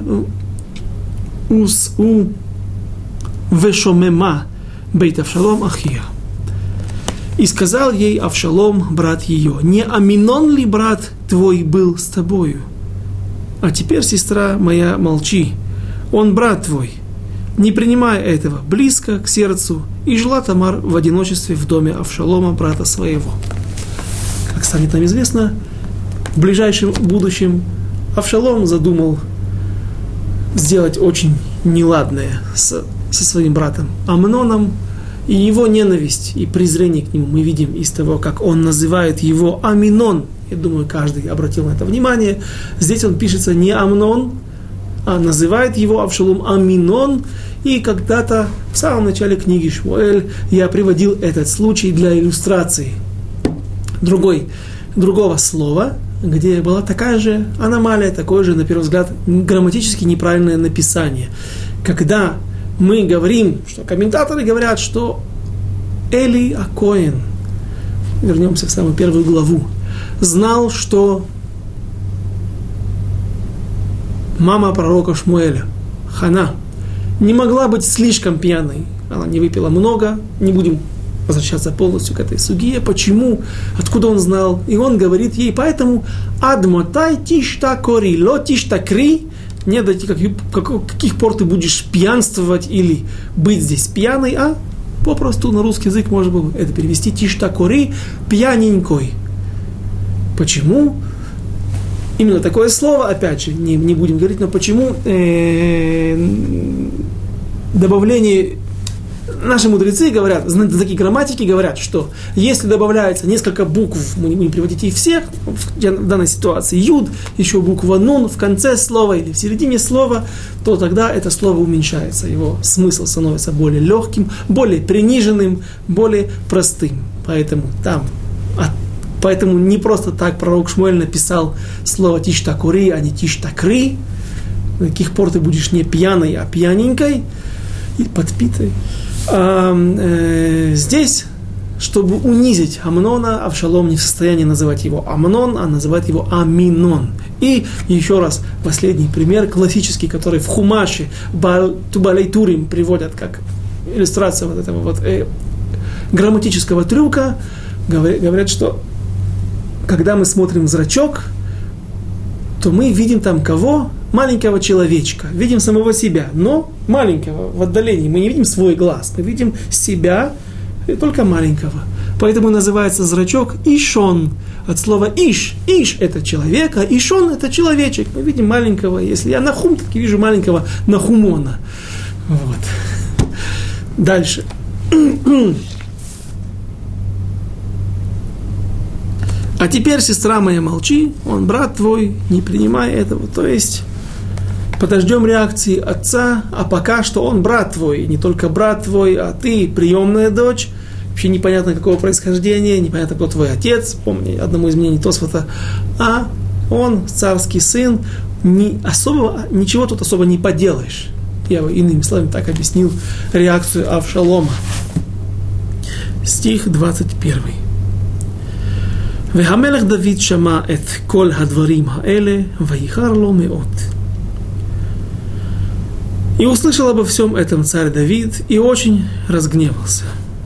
ושוממה בית אבשלום אחיה. И сказал ей Авшалом, брат ее: не Аминон ли брат твой был с тобою? А теперь, сестра моя, молчи, он брат твой. Не принимай этого близко к сердцу. И жила Тамар в одиночестве в доме Авшалома, брата своего. Как станет нам известно, в ближайшем будущем Авшалом задумал сделать очень неладное со своим братом Амноном. И его ненависть и презрение к нему мы видим из того, как он называет его Аминон. Я думаю, каждый обратил на это внимание. Здесь он пишется не Амнон, а называет его Авшалом Аминон. И когда-то в самом начале книги Шмуэль я приводил этот случай для иллюстрации другого слова, где была такая же аномалия, такое же, на первый взгляд, грамматически неправильное написание. Когда мы говорим, что комментаторы говорят, что Эли а-Коэн, вернемся в самую первую главу, знал, что мама пророка Шмуэля, Хана, не могла быть слишком пьяной. Она не выпила много, не будем возвращаться полностью к этой сугие. Почему? Откуда он знал? И он говорит ей, поэтому «Адмотай тишта кори, ло тишта кри». Не дойти, каких пор ты будешь пьянствовать или быть здесь пьяной, а попросту на русский язык можно было это перевести тишта кори, пьяненькой. Почему? Именно такое слово, опять же, не будем говорить, но почему добавление... Наши мудрецы говорят, знатоки грамматики говорят, что если добавляется несколько букв, мы не будем приводить их всех, в данной ситуации юд, еще буква нун в конце слова или в середине слова, то тогда это слово уменьшается, его смысл становится более легким, более приниженным, более простым. Поэтому не просто так пророк Шмуэль написал слово тиштакури, а не тиштакри. До каких пор ты будешь не пьяной, а пьяненькой и подпитой. Здесь, чтобы унизить Амнона, Авшалом не в состоянии называть его Амнон, а называет его Аминон. И еще раз, последний пример, классический, который в Хумаше Тубалей Турим приводят как иллюстрация вот этого грамматического трюка. говорят, что когда мы смотрим в зрачок, то мы видим там кого? Маленького человечка, видим самого себя, но маленького в отдалении. Мы не видим свой глаз, мы видим себя, только маленького. Поэтому называется зрачок ишон, от слова иш. Иш – это человек, а ишон – это человечек. Мы видим маленького, если я нахум, так я вижу маленького нахумона. Вот. Дальше. А теперь, сестра моя, молчи, он брат твой, не принимай этого. То есть, подождем реакции отца, а пока что он брат твой, не только брат твой, а ты приемная дочь. Вообще непонятно какого происхождения, непонятно кто твой отец, помни, одному из мнений Тосфота, а он царский сын, ничего тут особо не поделаешь. Я иными словами так объяснил реакцию Авшалома. Стих 21. והמלך דוד שמע את כל הדברים האלה, וייחר לו מאוד. И услышал обо всем этом царь Давид, и очень разгневался.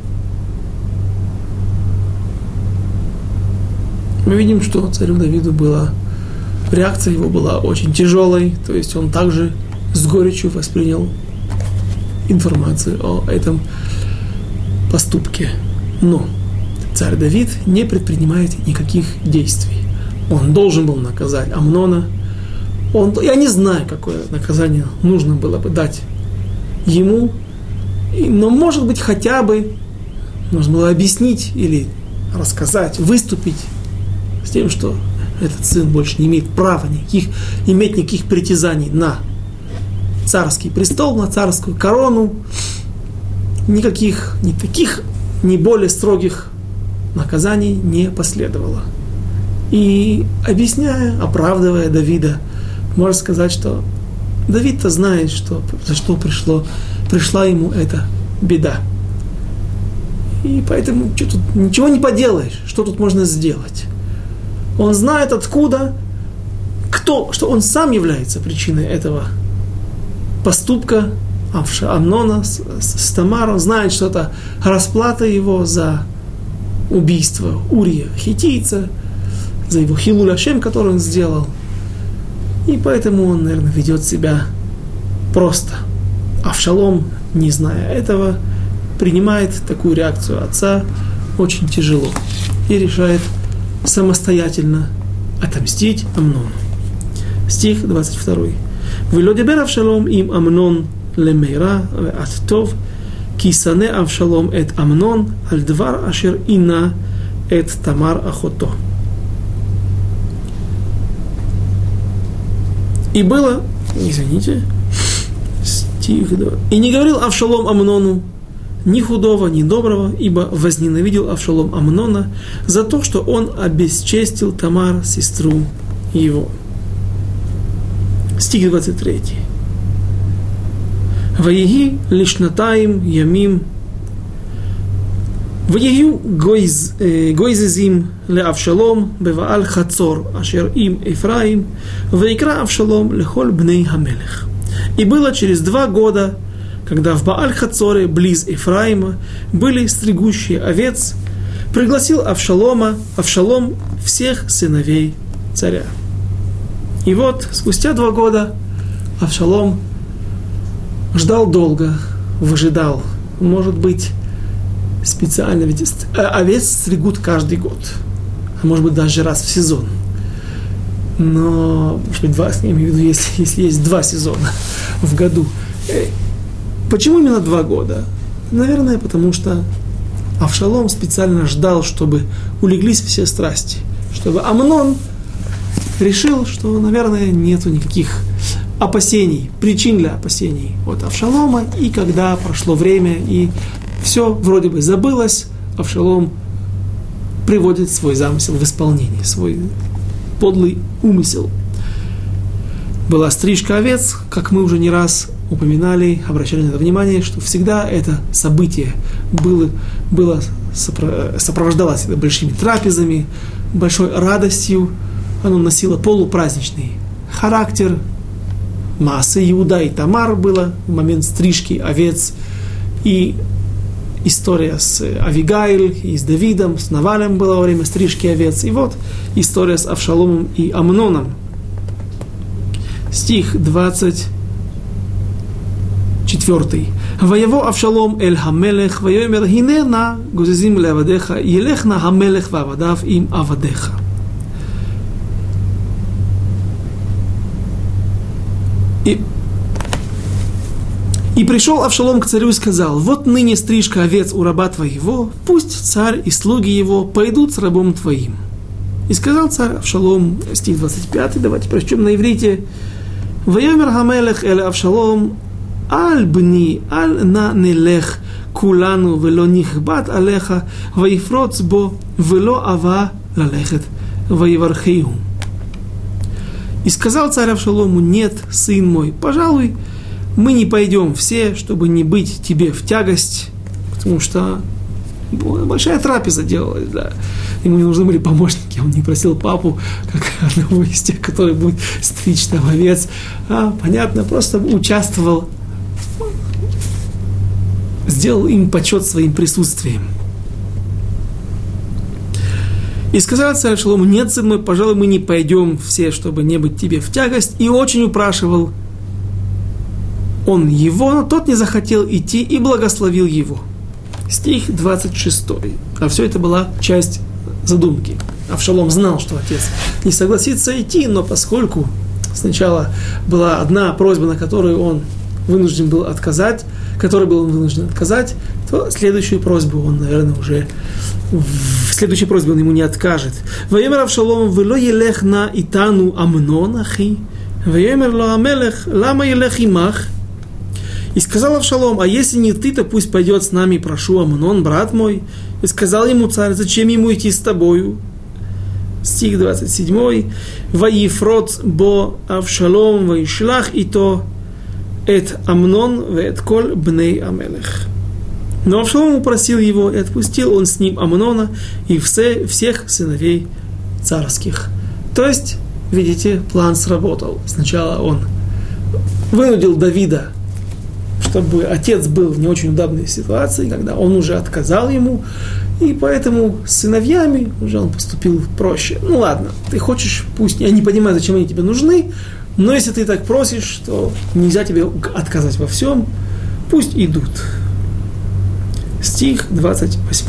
Мы видим, что царю Давиду реакция его была очень тяжелой, то есть он также с горечью воспринял информацию о этом поступке. Но царь Давид не предпринимает никаких действий. Он должен был наказать Амнона. Я не знаю, какое наказание нужно было бы дать ему, но, может быть, хотя бы нужно было объяснить или рассказать, выступить с тем, что этот сын больше не имеет права иметь никаких притязаний на царский престол, на царскую корону, никаких, ни таких, ни более строгих наказаний не последовало. И объясняя, оправдывая Давида, можно сказать, что Давид-то знает, за что пришла ему эта беда. И поэтому ничего не поделаешь, что тут можно сделать. Он знает откуда, что он сам является причиной этого поступка Амнона с Тамар. Он знает, что это расплата его за убийство Урия хиттийца, за его хилуль Ашем, который он сделал. И поэтому он, наверное, ведет себя просто. Авшалом, не зная этого, принимает такую реакцию отца очень тяжело и решает самостоятельно отомстить Амнону. Стих 22. «Вело дибер Авшалом им Амнон лемейра веат тов, ки сане Авшалом эт Амнон аль двар ашер ина эт Тамар ахото». И было, стих 2. «И не говорил Авшалом Амнону ни худого, ни доброго, ибо возненавидел Авшалом Амнона за то, что он обесчестил Тамар, сестру его». Стих 23. «Ваеги лишнатаим ямим, ваегю гойзезим ле Авшалом беваал хацор, ашер им Эфраим, ваикра Авшалом лехоль бней хамелех». И было через 2 года, когда в Бааль-Хацоре, близ Ефраима, были стригущие овец, пригласил Авшалом всех сыновей царя. И вот, спустя 2 года, Авшалом ждал долго, выжидал. Может быть, специально, ведь овец стригут каждый год, а может быть, даже раз в сезон. Но, может быть, я имею в виду, если есть 2 сезона в году. Почему именно 2 года? Наверное, потому что Авшалом специально ждал, чтобы улеглись все страсти, чтобы Амнон решил, что, наверное, нету никаких опасений, причин для опасений от Авшалома, и когда прошло время, и все вроде бы забылось, Авшалом приводит свой замысел в исполнение, свой подлый умысел. Была стрижка овец, как мы уже не раз упоминали, обращали на это внимание, что всегда это событие сопровождалось большими трапезами, большой радостью, оно носило полупраздничный характер. Маасе Иуда и Тамар было в момент стрижки овец, и история с Авигайль и с Давидом, с Навалем была во время стрижки овец. И вот история с Авшаломом и Амноном. Стих 24. «Ваяво Авшалом эль хамелех, ваёмер хине на гузизим ле авадеха, елех на хамелех вавадав им авадеха». И пришел Авшалом к царю и сказал: «Вот ныне стрижка овец у раба твоего, пусть царь и слуги его пойдут с рабом твоим». И сказал царь Авшалом, стих 25, давайте прочтем на иврите: «Ваёмер хамелех эль Авшалом, аль бни, аль на нелех кулану вело нихбат алеха, ваифроц бо вело ава лалехет, ваивархею». И сказал царь Авшалому: «Нет, сын мой, пожалуй, мы не пойдем все, чтобы не быть тебе в тягость», потому что большая трапеза делалась, да. Ему не нужны были помощники, он не просил папу, как одного из тех, который будет стричь там овец. Понятно, просто участвовал, сделал им почет своим присутствием. И сказал царь Авшалому: «Нет, сын мой, пожалуй, мы не пойдем все, чтобы не быть тебе в тягость», и очень упрашивал он его, но тот не захотел идти и благословил его. Стих 26. А все это была часть задумки. Авшалом знал, что отец не согласится идти, но поскольку сначала была одна просьба, на которую он вынужден был отказать, то следующую просьбу он, наверное, уже в следующей просьбе он ему не откажет. «Ваемер Авшалом вело елех на итану Амнон ахи, ваемер ло амелех лама елех имах». И сказал Авшалом: «А если не ты, то пусть пойдет с нами, прошу, Амнон, брат мой». И сказал ему царь: «Зачем ему идти с тобою?» Стих 27. «Ваифроц бо Авшалом ваишлах ито эт Амнон вэт коль бней Амелех». Но Авшалом упросил его, и отпустил он с ним Амнона и всех сыновей царских. То есть, видите, план сработал. Сначала он вынудил Давида, чтобы отец был в не очень удобной ситуации, когда он уже отказал ему, и поэтому с сыновьями уже он поступил проще. Ну ладно, ты хочешь, пусть, я не понимаю, зачем они тебе нужны, но если ты так просишь, то нельзя тебе отказать во всем, пусть идут. Стих 28.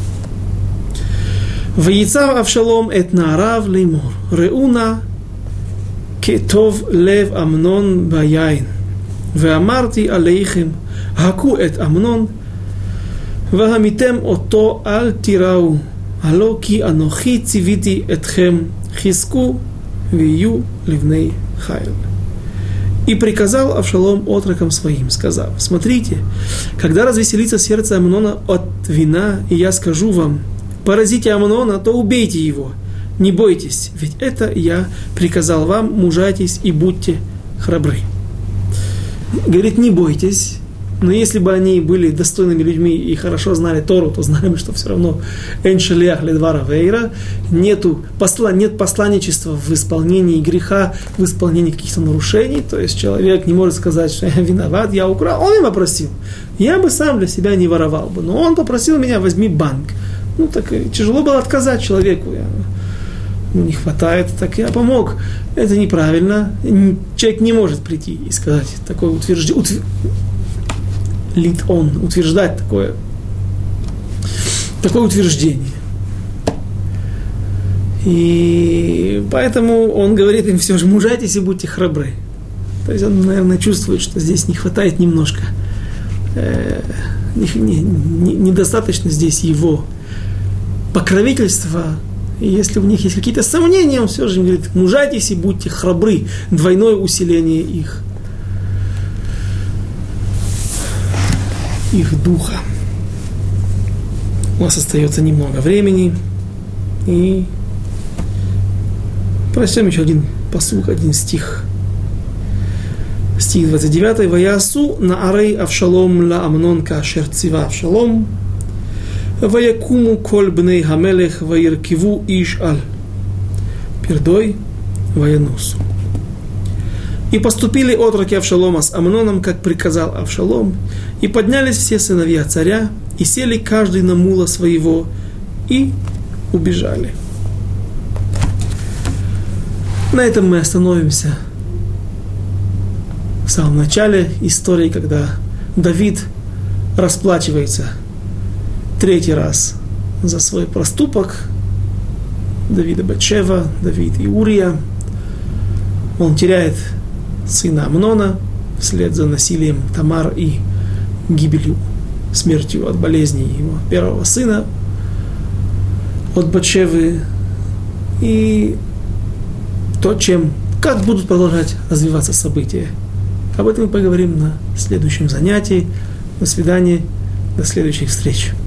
«Ваицав Авшалом эт наарав леймор, реуна кетов лев Амнон баяин. ואמרתי עליכם, הכו את אמנון, והמיתם אותו אל תיראו, הלא כי אנוכי ציוויתי אתכם, חזקו ויהיו לבני חיל». И приказал Авшалом отрокам своим, сказав: «Смотрите, когда развеселится сердце Амнона от вина, и я скажу вам: поразите Амнона, то убейте его, не бойтесь, ведь это я приказал вам, мужайтесь и будьте храбры». Говорит, не бойтесь, но если бы они были достойными людьми и хорошо знали Тору, то знали бы, что все равно «эн шелиах ледвара вейра», нет посланничества в исполнении греха, в исполнении каких-то нарушений, то есть человек не может сказать, что я виноват, я украл, он им попросил, я бы сам для себя не воровал бы, но он попросил меня: возьми банк. Ну так тяжело было отказать человеку, не хватает, так я помог. Это неправильно. Человек не может прийти и сказать такое утверждать такое утверждение. И поэтому он говорит им все же: мужайтесь и будьте храбры. То есть он, наверное, чувствует, что здесь не хватает немножко, недостаточно здесь его покровительства. И если у них есть какие-то сомнения, он все же говорит: мужайтесь и будьте храбры. Двойное усиление их духа. У нас остается немного времени. И прочтем еще один пасук, один стих. Стих 29. «Ваясу наарей Авшалом ла Амнон каашер цива Авшалом, ויקומו כל בני המלך וירכבו איש על пердой военусу». И поступили отроки Авшалома с Амноном, как приказал Авшалом, и поднялись все сыновья царя, и сели каждый на мула своего, и убежали. На этом мы остановимся. В самом начале истории, когда Давид расплачивается 3-й раз за свой проступок, Давид и Батшева, Давид и Урия. Он теряет сына Амнона вслед за насилием Тамар и гибелью, смертью от болезни его первого сына, от Батшевы, и то, как будут продолжать развиваться события. Об этом мы поговорим на следующем занятии. До свидания, до следующих встреч.